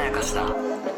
やかしだ。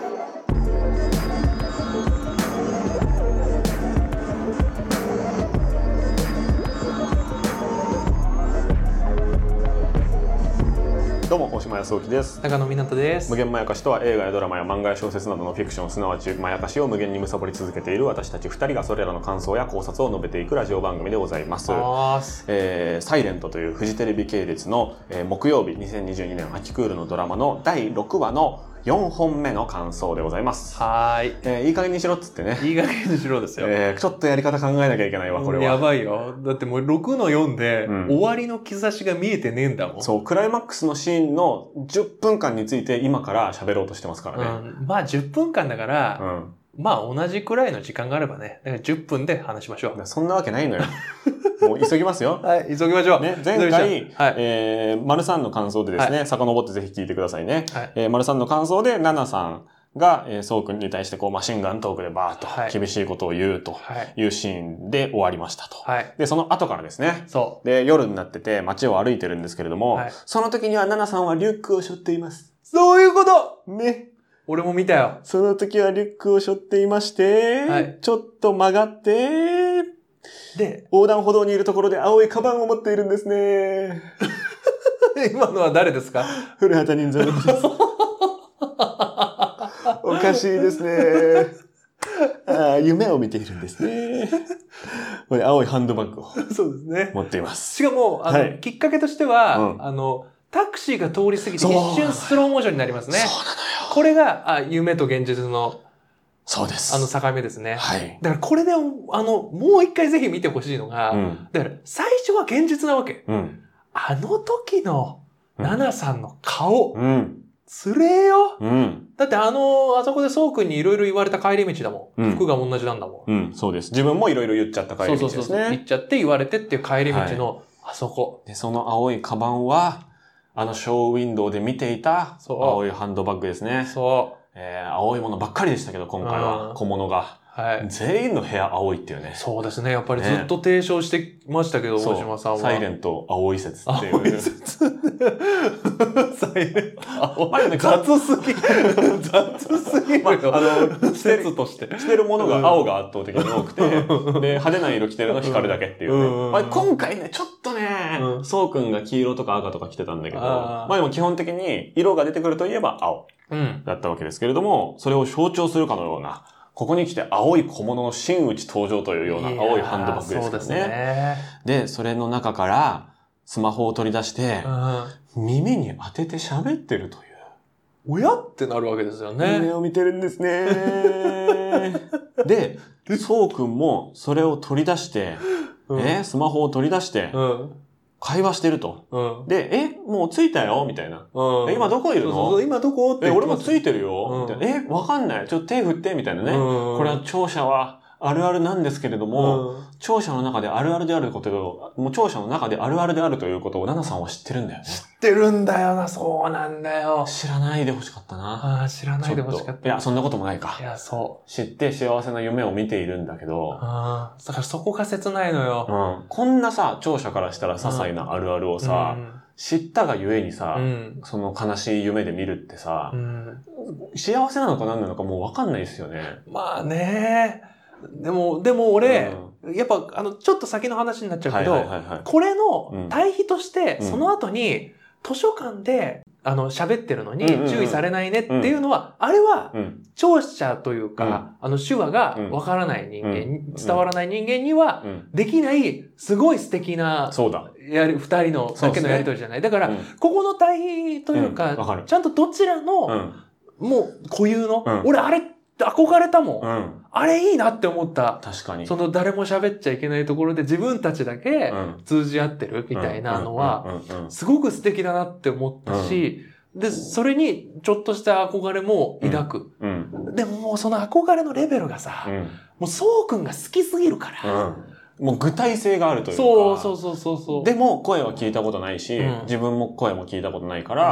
どうも大島康之です。 中野湊です。 無限まやかしとは映画やドラマや漫画や小説などのフィクション、すなわちまやかしを無限に貪り続けている私たち2人がそれらの感想や考察を述べていくラジオ番組でございます。サイレントというフジテレビ系列の、木曜日2022年秋クールのドラマの第6話の4本目の感想でございます。 はい。 いい加減にしろっつってね。 いい加減にしろですよ。 ちょっとやり方考えなきゃいけないわ、これは。 やばいよ。だってもう6の4で、終わりの兆しが見えてねえんだもん。 そう、クライマックスのシーンの10分間について今から喋ろうとしてますからね。 まあ10分間だから、まあ同じくらいの時間があればね、だから10分で話しましょう。 そんなわけないのよ。もう急ぎますよ。 はい、急ぎましょう。 ね、前回、丸さんの感想でですね、遡ってぜひ聞いてくださいね。丸さんの感想で、ナナさんが、そうくんに対してこうマシンガントークでバーッと厳しいことを言うというシーンで終わりましたと。で、その後からですね。で、夜になってて街を歩いてるんですけれども、その時にはナナさんはリュックを背負っています。 そういうことね。 俺も見たよ。 その時はリュックを背負っていまして、ちょっと曲がって、で、横断歩道にいるところで青いカバンを持っているんですね。 今のは誰ですか？ 古畑任三郎です。おかしいですね。夢を見ているんですね。これ青いハンドバッグを持っています。 しかも、きっかけとしては、タクシーが通り過ぎて一瞬スローモーションになりますね。 そうなのよ。 これが、夢と現実の、 そうです。 境目ですね。 はい。 だからこれで、もう一回ぜひ見てほしいのが、だから最初は現実なわけ。あの時の、ナナさんの顔。つれえよ。だってあそこでそうくんにいろいろ言われた帰り道だもん。服が同じなんだもん。 そうです。自分もいろいろ言っちゃった帰り道ですね。そう言っちゃって言われてっていう帰り道の、あそこ。 で、その青いカバンは、ショーウィンドウで見ていた青いハンドバッグですね。青いものばっかりでしたけど、今回は小物が。全員の部屋青いっていうね。 そうですね。やっぱりずっと提唱してましたけど、大島さんは。 サイレント青い説っていう。 青い説。サイレント青い。雑すぎるよ。説として。 着てるものが青が圧倒的に多くて、で、派手な色着てるの光るだけっていうね。今回ね、ちょっとね、そうくんが黄色とか赤とか着てたんだけど、まあでも基本的に色が出てくるといえば青だったわけですけれども、それを象徴するかのような、ここに来て青い小物の真打ち登場というような青いハンドバッグですよね。で、それの中からスマホを取り出して、耳に当てて喋ってるという。 親ってなるわけですよね。 夢を見てるんですね。で、そうくんもそれを取り出して、スマホを取り出して、会話してると。で、もう着いたよみたいな。今どこいるの？ 今どこって。 俺も着いてるよみたいな。わかんない。ちょっと手振ってみたいなね。これは聴者はあるあるなんですけれども、聴者の中であるあるであることを、もう聴者の中であるあるであるということをナナさんは知ってるんだよね。 知ってるんだよな、そうなんだよ。 知らないでほしかったな。 知らないでほしかった。 いや、そんなこともないか。 いや、そう。 知って幸せな夢を見ているんだけど。 だからそこが切ないのよ。 こんなさ、聴者からしたら些細なあるあるをさ、知ったがゆえにさ、その悲しい夢で見るってさ、幸せなのか何なのかもうわかんないですよね。 まあね。でも俺、やっぱちょっと先の話になっちゃうけど、これの対比として、その後に図書館で喋ってるのに注意されないねっていうのは、あれは聴者というか、手話がわからない人間、伝わらない人間にはできないすごい素敵な二人のだけのやりとりじゃない。だから、ここの対比というか、ちゃんとどちらのもう固有の、俺あれ憧れたもん。あれいいなって思った。 確かに。 その誰も喋っちゃいけないところで自分たちだけ通じ合ってるみたいなのは、すごく素敵だなって思ったし、で、それにちょっとした憧れも抱く。でももうその憧れのレベルがさ、もうそうくんが好きすぎるから、 もう具体性があるというか。 そう。 でも声は聞いたことないし、自分も声も聞いたことないから、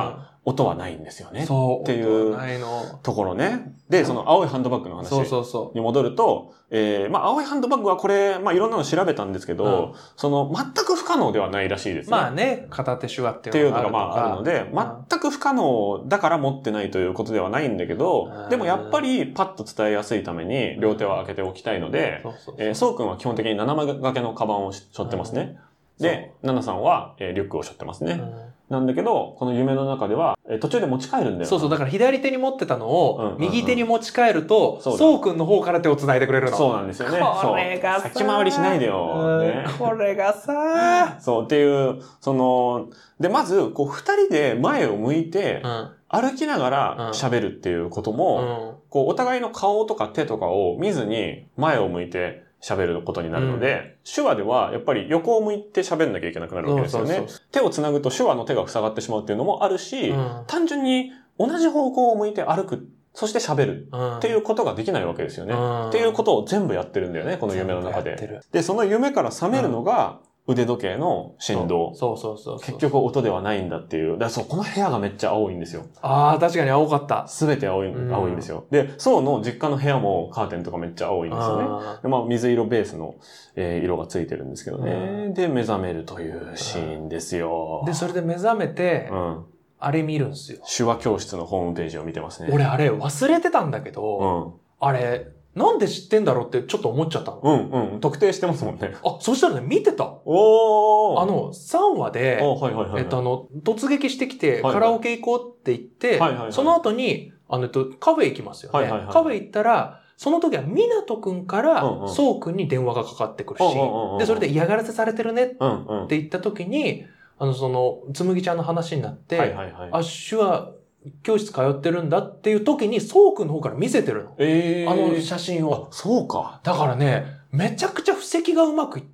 音はないんですよね。 そう。 っていうところね。で、その青いハンドバッグの話に戻ると、まあ青いハンドバッグはこれ、まあいろんなの調べたんですけど、その全く不可能ではないらしいですね。 まあね、片手手話っていうのがあるとか。 っていうのがまああるので、全く不可能だから持ってないということではないんだけど、でもやっぱりパッと伝えやすいために両手を開けておきたいので、そうくんは基本的に斜め掛けのカバンを背負ってますね。で、ナナさんはリュックを背負ってますね。なんだけど、この夢の中では、途中で持ち帰るんだよ。 そうそう、だから左手に持ってたのを、右手に持ち帰ると、そうくんの方から手を繋いでくれるの。 そうなんですよね。 これがさ、 先回りしないでよ。ね、 これがさ、 そう、っていう、で、まず、こう、二人で前を向いて、歩きながら喋るっていうことも、こう、お互いの顔とか手とかを見ずに前を向いて、喋ることになるので、手話ではやっぱり横を向いて喋んなきゃいけなくなるわけですよね。手をつなぐと手話の手が塞がってしまうっていうのもあるし、単純に同じ方向を向いて歩く、そして喋るっていうことができないわけですよね。っていうことを全部やってるんだよね、この夢の中で。で、その夢から覚めるのが、腕時計の振動。結局音ではないんだっていう。だからこの部屋がめっちゃ青いんですよ。 ああ、確かに青かった。 すべて青いんですよ。で、そうの実家の部屋もカーテンとかめっちゃ青いんですよね。でまあ、水色ベースの、色がついてるんですけどね。で、目覚めるというシーンですよ。 で、それで目覚めて、あれ見るんですよ。 手話教室のホームページを見てますね。 俺あれ忘れてたんだけど、あれ、なんで知ってんだろうってちょっと思っちゃったの。 特定してますもんね。 あ、そしたらね、見てた。3話で、突撃してきて、カラオケ行こうって言って、その後に、カフェ行きますよね。カフェ行ったら、その時は、みなとくんから、そうくんに電話がかかってくるし、で、それで嫌がらせされてるねって言った時に、つむぎちゃんの話になって、手話、教室通ってるんだっていう時に、そうくんの方から見せてるの。写真を。 そうか。 だからね、めちゃくちゃ布石がうまくいって。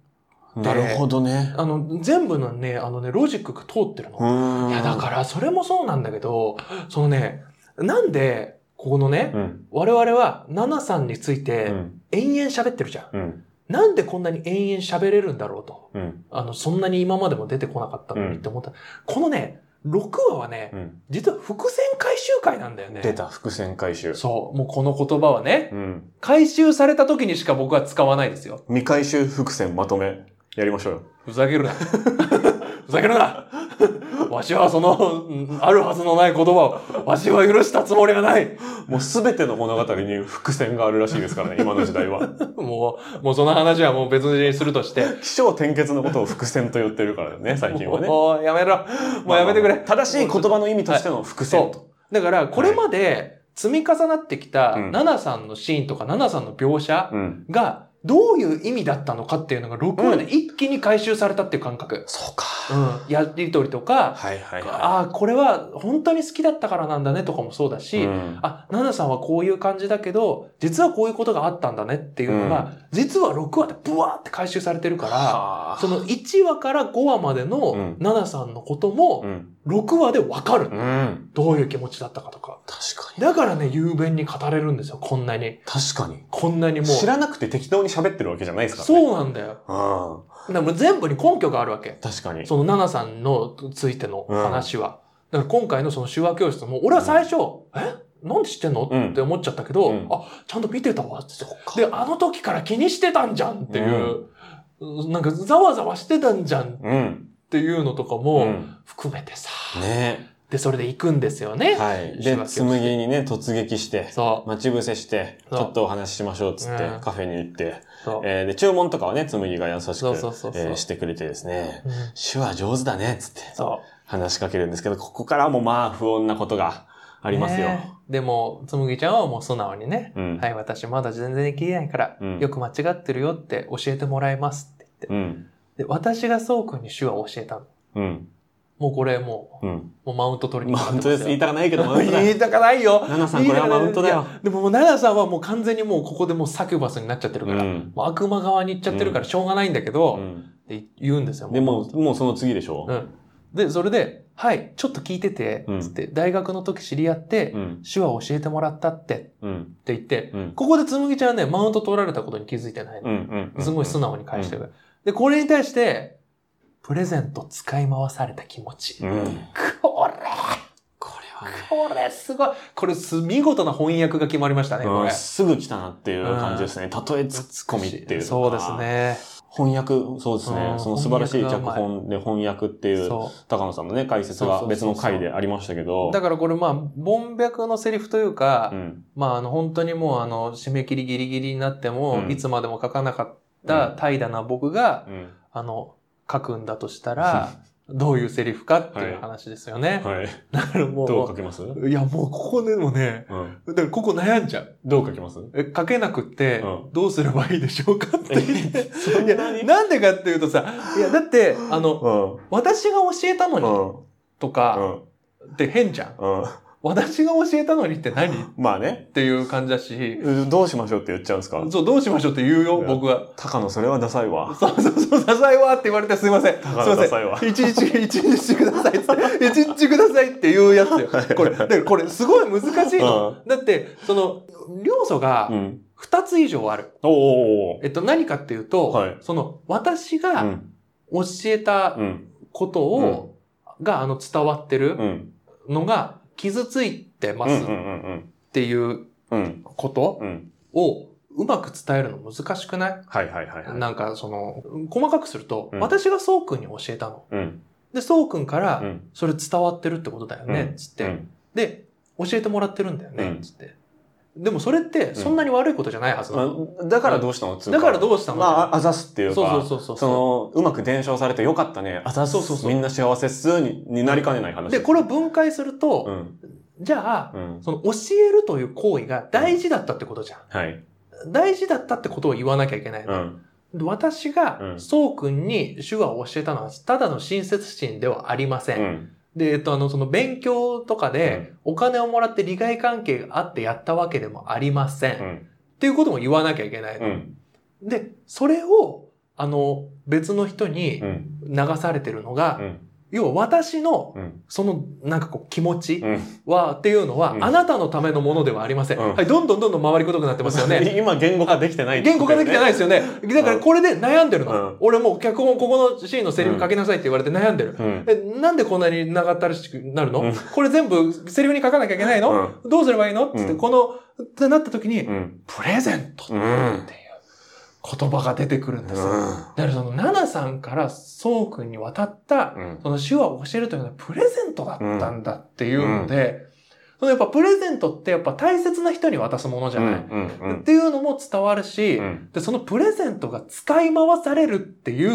なるほどね。 全部のね、ロジックが通ってるの。いや、だから、それもそうなんだけど、なんで、ここのね、我々は、ナナさんについて、延々喋ってるじゃん。なんでこんなに延々喋れるんだろうと。そんなに今までも出てこなかったのにって思った。このね、6話はね、実は伏線回収会なんだよね。 出た、伏線回収。 そう。もうこの言葉はね、回収された時にしか僕は使わないですよ。 未回収伏線まとめ、やりましょうよ。 ふざけるな。ふざけるな。わしはあるはずのない言葉を、わしは許したつもりがない。 もうすべての物語に伏線があるらしいですからね、今の時代は。 もうその話はもう別にするとして。 起承転結のことを伏線と言ってるからね、最近はね。 もうやめろ。もうやめてくれ。 正しい言葉の意味としての伏線と。 だから、これまで積み重なってきた、ナナさんのシーンとか、ナナさんの描写が、どういう意味だったのかっていうのが6話で一気に回収されたっていう感覚。 そうか。 やりとりとか、ああ、これは本当に好きだったからなんだねとかもそうだし、ナナさんはこういう感じだけど、実はこういうことがあったんだねっていうのが、実は6話でブワーって回収されてるから、その1話から5話までのナナさんのことも、6話でわかる、どういう気持ちだったかとか。 確かに。 だからね、雄弁に語れるんですよ、こんなに。 確かに。 こんなにもう。 知らなくて適当に喋ってるわけじゃないですからね。 そうなんだよ。だから全部に根拠があるわけ。 確かに。 そのナナさんのついての話は。だから今回のその手話教室も、俺は最初、なんで知ってんのって思っちゃったけど、ちゃんと見てたわって。で、あの時から気にしてたんじゃんっていう、なんかざわざわしてたんじゃんっていうのとかも含めてさ。で、それで行くんですよね。 はい。で、紬にね、突撃して、待ち伏せして、ちょっとお話ししましょうっつって、カフェに行って、で、注文とかはね、紬が優しくしてくれてですね、手話上手だねっつって、話しかけるんですけど、ここからもまあ不穏なことがありますよ。 でも、紬ちゃんはもう素直にね、はい、私まだ全然できないから、よく間違ってるよって教えてもらいますって言って。で、私がそうくんに手話を教えたの。もうこれもうマウント取りにマウントです。言いたかないけどマウントだよ。 言いたかないよ。 ナナさんこれはマウントだよ。 でもナナさんはもう完全にもうここでもうサキュバスになっちゃってるから、もう悪魔側に行っちゃってるからしょうがないんだけど、って言うんですよ。 でもうその次でしょ。 で、それで、はい、ちょっと聞いてて、つって、大学の時知り合って、手話を教えてもらったって、って言って、ここで紬ちゃんはね、マウント取られたことに気づいてないの。すごい素直に返してる。で、これに対して、プレゼント使い回された気持ち。これはこれすごい。これ見事な翻訳が決まりましたね、これ。 すぐ来たなっていう感じですね。例えツッコミっていうか。 そうですね。 翻訳、そうですね。その素晴らしい脚本で翻訳っていう、高野さんのね、解説が別の回でありましたけど。 だからこれ凡白のセリフというか、本当にもう締め切りギリギリになっても、いつまでも書かなかった怠惰な僕が、書くんだとしたら、どういうセリフかっていう話ですよね。 はい。 だからもう。 どう書きます？ いや、もうここでもね、だからここ悩んじゃう。 どう書きます？ 書けなくって、どうすればいいでしょうかって言って。いや、なんでかっていうとさ、いや、だって、私が教えたのに、とか、って変じゃん。私が教えたのにって何？ まあね。 っていう感じだし。 どうしましょうって言っちゃうんですか？ そう、どうしましょうって言うよ、僕は。 高野それはダサいわ。 そう、ダサいわって言われてすいません。 高野ダサいわ。 一日くださいって。一日くださいって言うやつよ。これすごい難しいの。だって、要素が2つ以上ある。何かっていうと、私が教えたことが伝わってるのが、傷ついてますっていうことをうまく伝えるの難しくない？なんか細かくすると、私がそうくんに教えたの。で、そうくんからそれ伝わってるってことだよね、つって。で、教えてもらってるんだよね、つって。でもそれってそんなに悪いことじゃないはずなの。 だからどうしたの？ だからどうしたの？ まあ、あざすっていうか、 そう。 うまく伝承されてよかったね。あざす。みんな幸せっすになりかねない話。 で、これを分解すると、じゃあ、教えるという行為が大事だったってことじゃん。 はい。 大事だったってことを言わなきゃいけないの。私が、そうくんに手話を教えたのは、ただの親切心ではありません。で、勉強とかでお金をもらって利害関係があってやったわけでもありません。っていうことも言わなきゃいけないの。で、それを、別の人に流されてるのが、要は私の、気持ちは、っていうのは、あなたのためのものではありません。はい、どんどん回りくどくなってますよね。 今言語化できてない。 言語化できてないですよね。だからこれで悩んでるの。俺もう脚本ここのシーンのセリフ書きなさいって言われて悩んでる。なんでこんなに長ったらしくなるの？これ全部セリフに書かなきゃいけないの？どうすればいいの？ってってってなった時に、プレゼントっていう言葉が出てくるんですよ。だからナナさんからそうくんに渡った、手話を教えるというのはプレゼントだったんだっていうので、やっぱプレゼントってやっぱ大切な人に渡すものじゃない。っていうのも伝わるし、で、そのプレゼントが使い回されるっていう、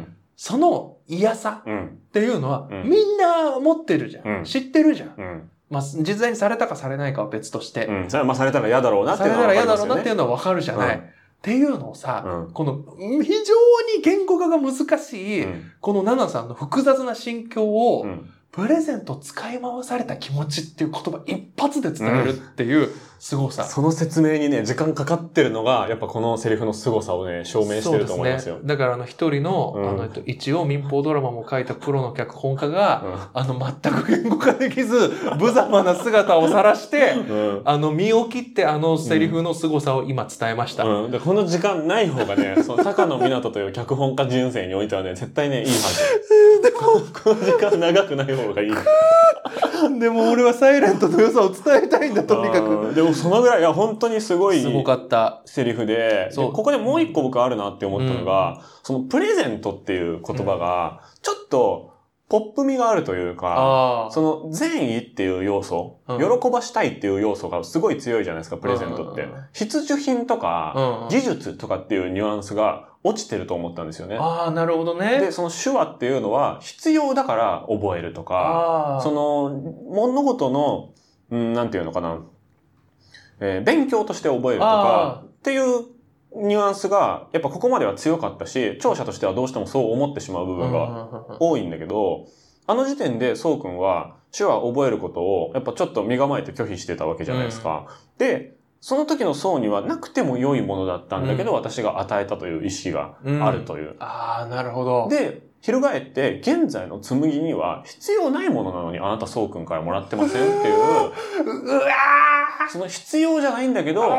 その嫌さっていうのは、みんな持ってるじゃん。知ってるじゃん。まあ、実在にされたかされないかは別として。 それはまあされたら嫌だろうなっていうのは分かりますよね。されたら嫌だろうなっていうのは分かるじゃない。っていうのをさ、この非常に言語化が難しい、このナナさんの複雑な心境を、プレゼント使い回された気持ちっていう言葉一発で伝えるっていう凄さ。 その説明にね、時間かかってるのが、やっぱこのセリフの凄さをね、証明してると思いますよ。 だから一人の、一応民放ドラマも書いたプロの脚本家が、全く言語化できず、無様な姿を晒して、身を切ってセリフの凄さを今伝えました。 でこの時間ない方がね、その高野湊という脚本家人生においてはね、絶対ね、いいはず。でも、この時間長くない方がいい。 でも俺はサイレントの良さを伝えたいんだ、とにかく。 でもそのぐらい、いや、本当にすごい。 すごかった。 セリフで、ここでもう一個僕あるなって思ったのが、そのプレゼントっていう言葉が、ちょっと、ポップ味があるというか、その善意っていう要素、喜ばしたいっていう要素がすごい強いじゃないですか、プレゼントって。必需品とか、技術とかっていうニュアンスが落ちてると思ったんですよね。 ああ、なるほどね。 で、その手話っていうのは必要だから覚えるとか、その物事の、なんていうのかな、勉強として覚えるとかっていうニュアンスがやっぱここまでは強かったし、聴者としてはどうしてもそう思ってしまう部分が多いんだけど、あの時点でそうくんは手話を覚えることをやっぱちょっと身構えて拒否してたわけじゃないですか。で、その時のそうにはなくても良いものだったんだけど、私が与えたという意識があるという。 ああ、なるほど。 で、翻って現在の紬には必要ないものなのにあなたそうくんからもらってませんっていう、その必要じゃないんだけど、善意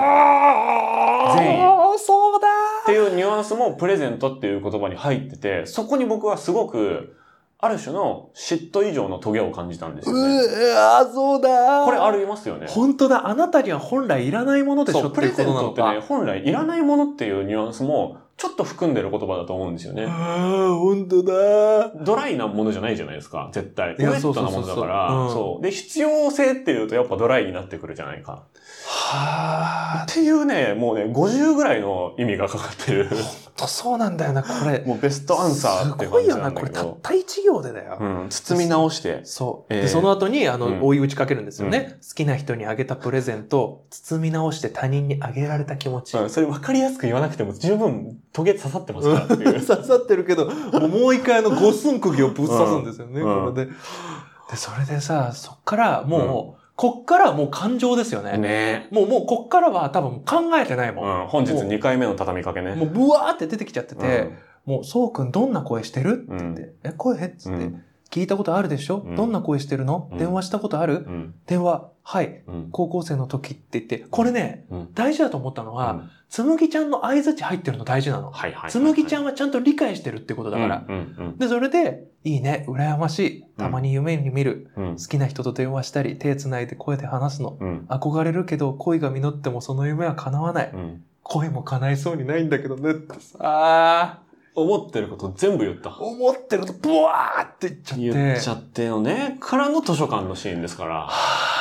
っていうニュアンスもプレゼントっていう言葉に入ってて、そこに僕はすごくある種の嫉妬以上のトゲを感じたんですよね。 そうだ。 これありますよね。 本当だ。あなたには本来いらないものでしょっていうことなのか。 プレゼントってね、本来いらないものっていうニュアンスも、ちょっと含んでる言葉だと思うんですよね。 本当だ。 ドライなものじゃないじゃないですか、絶対。ウェットなものだから、そう。で、必要性っていうとやっぱドライになってくるじゃないか。っていうね、もうね、50ぐらいの意味がかかってる。 本当そうなんだよな、これ。 もうベストアンサーって感じなんだけど。すごいよな、これたった1行でだよ。 包み直して。 そう。で、その後に、追い打ちかけるんですよね。好きな人にあげたプレゼント、包み直して他人にあげられた気持ち。 それ分かりやすく言わなくても十分トゲ刺さってますからっていう。 刺さってるけど、もう一回五寸釘をぶっ刺すんですよね、これで。で、それでさ、そっからもう、こっからもう感情ですよね。 ね。 もうこっからは多分考えてないもん。 本日2回目の畳みかけね。 もうブワーって出てきちゃってて、もう、そうくんどんな声してるって言って、声っつって、聞いたことあるでしょ、どんな声してるの、電話したことある、電話、はい、高校生の時って言って、これね、大事だと思ったのは、つむぎちゃんの相槌入ってるの大事なの。つむぎちゃんはちゃんと理解してるってことだから。で、それで、いいね、羨ましい。たまに夢に見る。好きな人と電話したり、手繋いで声で話すの。憧れるけど、恋が実ってもその夢は叶わない。恋も叶いそうにないんだけどねってさ。 思ってること全部言った。 思ってることブワーって言っちゃって。 言っちゃってのね。からの図書館のシーンですから。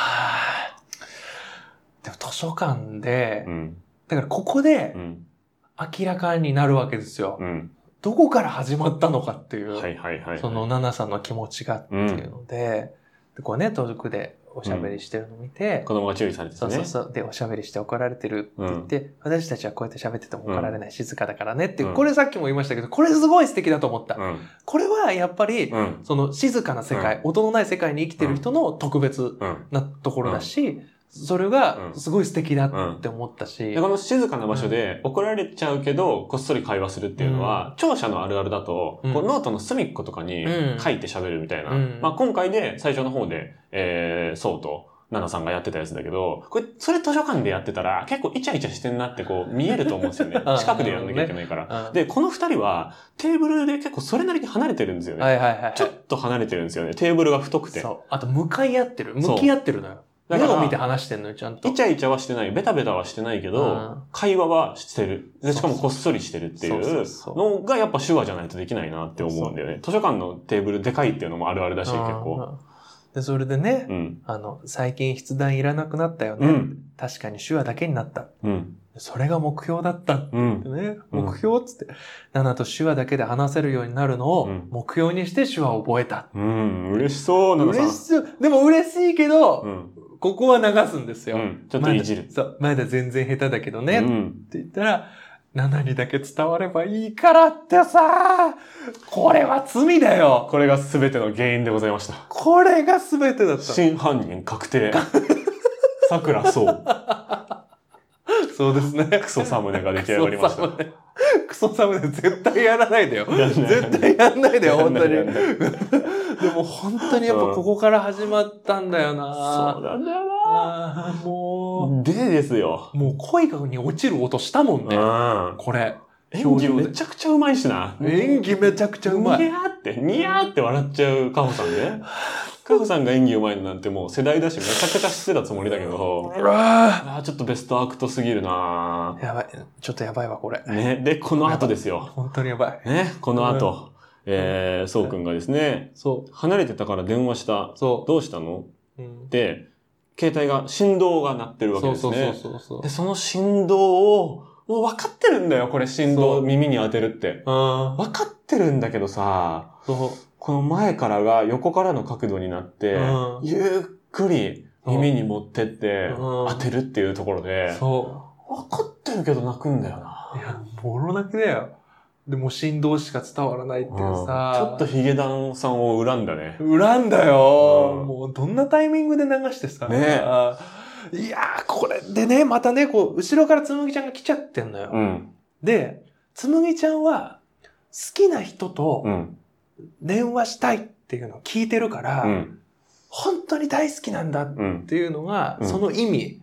でも図書館で、だからここで、明らかになるわけですよ。どこから始まったのかっていう。そのナナさんの気持ちがっていうので、こうね、途中でおしゃべりしてるのを見て、 子供が注意されてね。 そう。で、おしゃべりして怒られてるって言って、私たちはこうやって喋ってても怒られない、静かだからねっていう、これさっきも言いましたけど、これすごい素敵だと思った。これはやっぱり、その静かな世界、音のない世界に生きてる人の特別なところだし、それがすごい素敵だって思ったし。 この静かな場所で怒られちゃうけど、こっそり会話するっていうのは、聴者のあるあるだと、ノートの隅っことかに書いて喋るみたいな。まあ今回で最初の方で、そうと、ナナさんがやってたやつだけど、これ、それ図書館でやってたら、結構イチャイチャしてんなってこう見えると思うんですよね。近くでやんなきゃいけないから。で、この二人は、テーブルで結構それなりに離れてるんですよね。ちょっと離れてるんですよね。テーブルが太くて。 そう。あと、向き合ってるのよ。目を見て話してんのよ、ちゃんと。 イチャイチャはしてない、ベタベタはしてないけど、会話はしてる。で、しかもこっそりしてるっていうのがやっぱ手話じゃないとできないなって思うんだよね。図書館のテーブルでかいっていうのもあるあるだし、結構。 で、それでね、最近筆談いらなくなったよね。確かに手話だけになった。それが目標だったってね。目標っつって、ナナと手話だけで話せるようになるのを目標にして手話を覚えた。 嬉しそう、ナナさん。 嬉しそう。でも嬉しいけど、ここは流すんですよ。 ちょっといじる。 そう。まだ全然下手だけどね。って言ったら、ナナにだけ伝わればいいからってさ、これは罪だよ。 これが全ての原因でございました。 これが全てだった。 真犯人確定。桜そう。 そうですね。 クソサムネが出来上がりました。 クソサムネ絶対やらないでよ。絶対やんないでよ、本当に。でも本当にやっぱここから始まったんだよな。 そうなんだよな。 もう。 でですよ。 もう恋に落ちる音したもんね。これ。 演技めちゃくちゃうまいしな。 演技めちゃくちゃうまい。 ニヤーって笑っちゃうカホさんね。カホさんが演技うまいのなんてもう世代だしめちゃくちゃ知ってたつもりだけど。ちょっとベストアクトすぎるな。 やばい。ちょっとやばいわ、これ。 ね。で、この後ですよ。 本当にやばい。 ね。この後、そうくんがですね、離れてたから電話した。どうしたので、携帯が、振動が鳴ってるわけですね。で、その振動を、もう分かってるんだよ、これ振動耳に当てるって。分かってるんだけどさ、この前からが横からの角度になって、ゆっくり耳に持ってって当てるっていうところで、分かってるけど泣くんだよな。 いや、ボロ泣きだよ。でも振動しか伝わらないっていうさ。 ちょっとヒゲダンさんを恨んだね。 恨んだよ。もうどんなタイミングで流してさ。 ねいやー、これでね、またね、こう、後ろからつむぎちゃんが来ちゃってんのよ。で、つむぎちゃんは、好きな人と、電話したいっていうのを聞いてるから、本当に大好きなんだっていうのが、その意味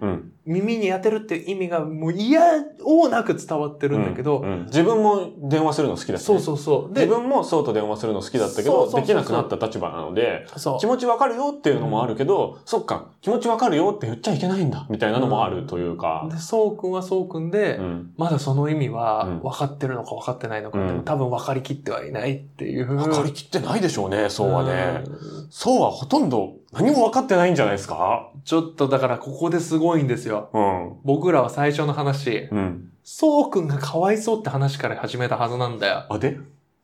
耳に当てるっていう意味がもう嫌をなく伝わってるんだけど、 自分も電話するの好きだし、ね、 そう。 自分もそうと電話するの好きだったけど、できなくなった立場なので、気持ちわかるよっていうのもあるけど、そっか、気持ちわかるよって言っちゃいけないんだ、みたいなのもあるというか。 で、そうくんはそうくんで、まだその意味は分かってるのか分かってないのか、でも多分分かりきってはいないっていう。 分かりきってないでしょうね、そうはね。そうはほとんど何も分かってないんじゃないですか？ ちょっとだからここですごいんですよ。僕らは最初の話、そうくんがかわいそうって話から始めたはずなんだよ。 あれ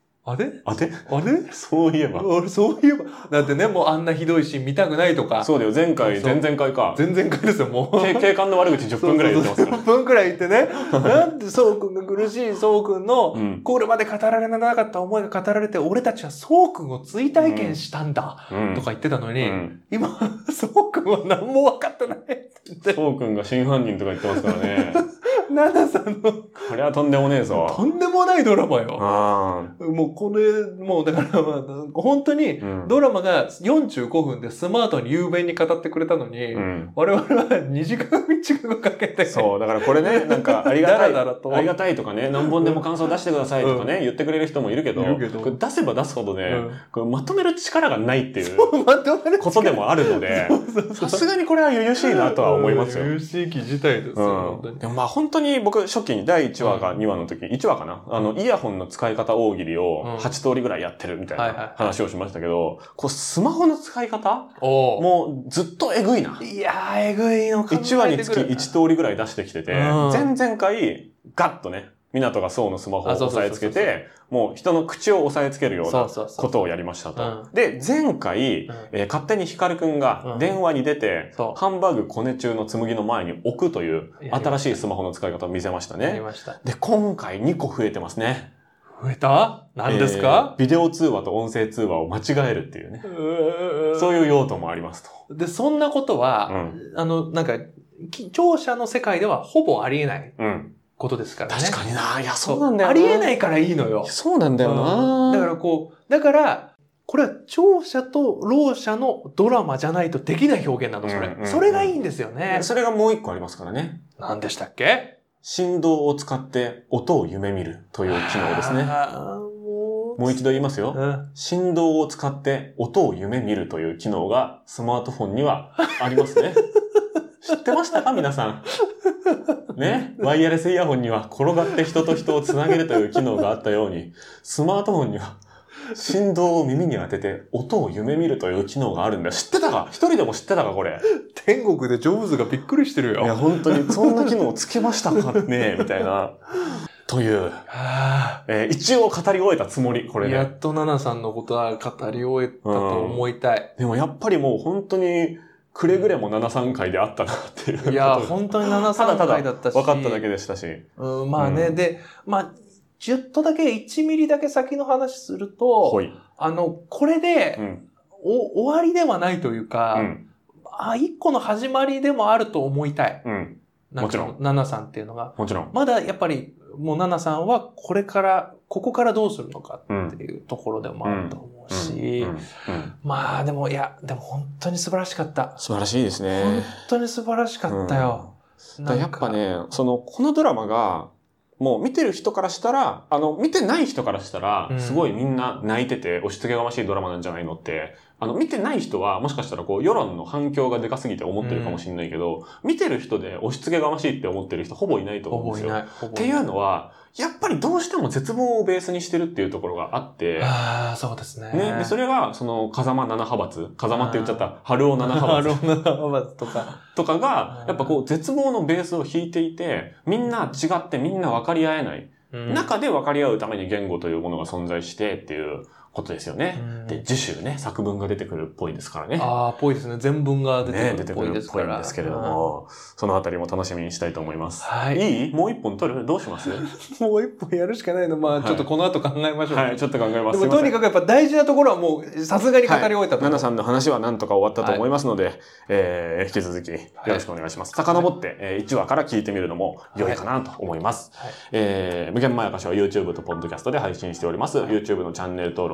そういえば。 だってね、もうあんなひどいシーン見たくないとか。 そうだよ、前々回か。 前々回ですよ、もう。 警官の悪口10分くらい言ってますから。 10分くらい言ってね。なんでそうくんが苦しいそうくんの、これまで語られなかった思いが語られて、俺たちはそうくんを追体験したんだ。とか言ってたのに、今、そうくんは何も分かってないって言って。 そうくんが真犯人とか言ってますからね。 ナナさんの。 これはとんでもねえぞ。 とんでもないドラマよ。もうだから本当にドラマが45分でスマートに雄弁に語ってくれたのに、我々は2時間近くかけて。 そう、だからこれね、なんかありがたいとかね、何本でも感想出してくださいとかね、言ってくれる人もいるけど、これ出せば出すほどね、これまとめる力がないっていうことでもあるので、さすがにこれは余々しいなとは思いますよ。 余々しい記事態ですよ。 でもまあ本当に僕初期に第1話か2話の時、1話かな、イヤホンの使い方大喜利を8通りぐらいやってるみたいな話をしましたけど、こうスマホの使い方もうずっとえぐいな。 いやー、えぐいのか。 1話につき1通りぐらい出してきてて、前々回ガッとね、港がそうのスマホを押さえつけて、もう人の口を押さえつけるようなことをやりましたと。で、前回、勝手にヒカルくんが電話に出て、ハンバーグコネ中の紬の前に置くという新しいスマホの使い方を見せましたね。で、今回2個増えてますね。 増えた？何ですか？ ビデオ通話と音声通話を間違えるっていうね。そういう用途もありますと。 で、そんなことは、なんか、聴者の世界ではほぼありえない。ことですからね。 確かにな。いや、そうなんだよな。 ありえないからいいのよ。 そうなんだよな。 だから、これは聴者とろう者のドラマじゃないとできない表現なの、それ。それがいいんですよね。 それがもう一個ありますからね。 何でしたっけ？ 振動を使って音を夢見るという機能ですね。もう一度言いますよ。振動を使って音を夢見るという機能がスマートフォンにはありますね。知ってましたか皆さん。ね。ワイヤレスイヤホンには転がって人と人をつなげるという機能があったように、スマートフォンには振動を耳に当てて音を夢見るという機能があるんだよ。知ってたか？一人でも知ってたかこれ。 天国でジョブズがびっくりしてるよ。 いや、本当にそんな機能をつけましたかねみたいな。という、一応語り終えたつもり、これね。 やっとナナさんのことは語り終えたと思いたい。 でもやっぱりもう本当に、くれぐれも73回であったなっていう。 いや、本当に73回だったし。 分かっただけでしたし。 まあね、で、ちょっとだけ1ミリだけ先の話すると、これで、終わりではないというか、一個の始まりでもあると思いたい。 もちろん。 ナナさんっていうのが。 もちろん。 まだやっぱり、もうナナさんはここからどうするのかっていうところでもあると思うし、まあでも本当に素晴らしかった。 素晴らしいですね。 本当に素晴らしかったよ。 やっぱね、このドラマが、もう見てる人からしたら、見てない人からしたら、すごいみんな泣いてて押し付けがましいドラマなんじゃないのって、見てない人はもしかしたら世論の反響がでかすぎて思ってるかもしれないけど、見てる人で押し付けがましいって思ってる人ほぼいないと思うんですよ。っていうのは、やっぱりどうしても絶望をベースにしてるっていうところがあって。 そうですね。 で、それが、風間7派閥、風間って言っちゃった、春尾7派閥。 春尾7派閥とかが、やっぱ絶望のベースを引いていて、みんな違ってみんな分かり合えない。中で分かり合うために言語というものが存在してっていうことですよね。で、次週ね、作文が出てくるっぽいですからね。 ぽいですね。全文が出てくるっぽいですから。 出てくるっぽいんですけれども、そのあたりも楽しみにしたいと思います。いい？もう一本取る？どうします？ もう一本やるしかないの。ちょっとこの後考えましょう。 はい、ちょっと考えます。 でもとにかくやっぱ大事なところはもうさすがに語り終えたと。 ナナさんの話はなんとか終わったと思いますので、引き続きよろしくお願いします。遡って、1話から聞いてみるのも良いかなと思います。無限まやかしは YouTube と Podcast で配信しております。YouTube のチャンネル登録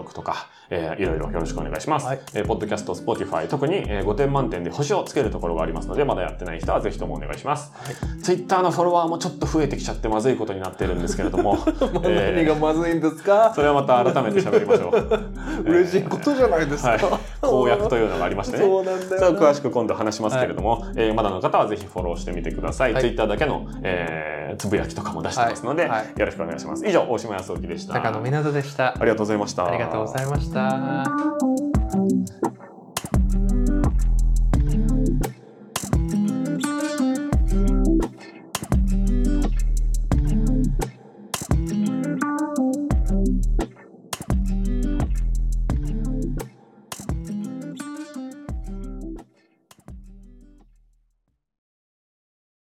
録とか、いろいろよろしくお願いします。ポッドキャスト、Spotify、特に、5点満点で星をつけるところがありますので、まだやってない人はぜひともお願いします。Twitter のフォロワーもちょっと増えてきちゃってまずいことになってるんですけれども。 何がまずいんですか？ それはまた改めて喋りましょう。 嬉しいことじゃないですか。 公約というのがありましてね。 そうなんだよ。 それは詳しく今度話しますけれども、まだの方はぜひフォローしてみてください。Twitter だけの、つぶやきとかも出してますので、よろしくお願いします。以上、大島康之でした。 高野湊でした。 ありがとうございました。 ありがとうございました。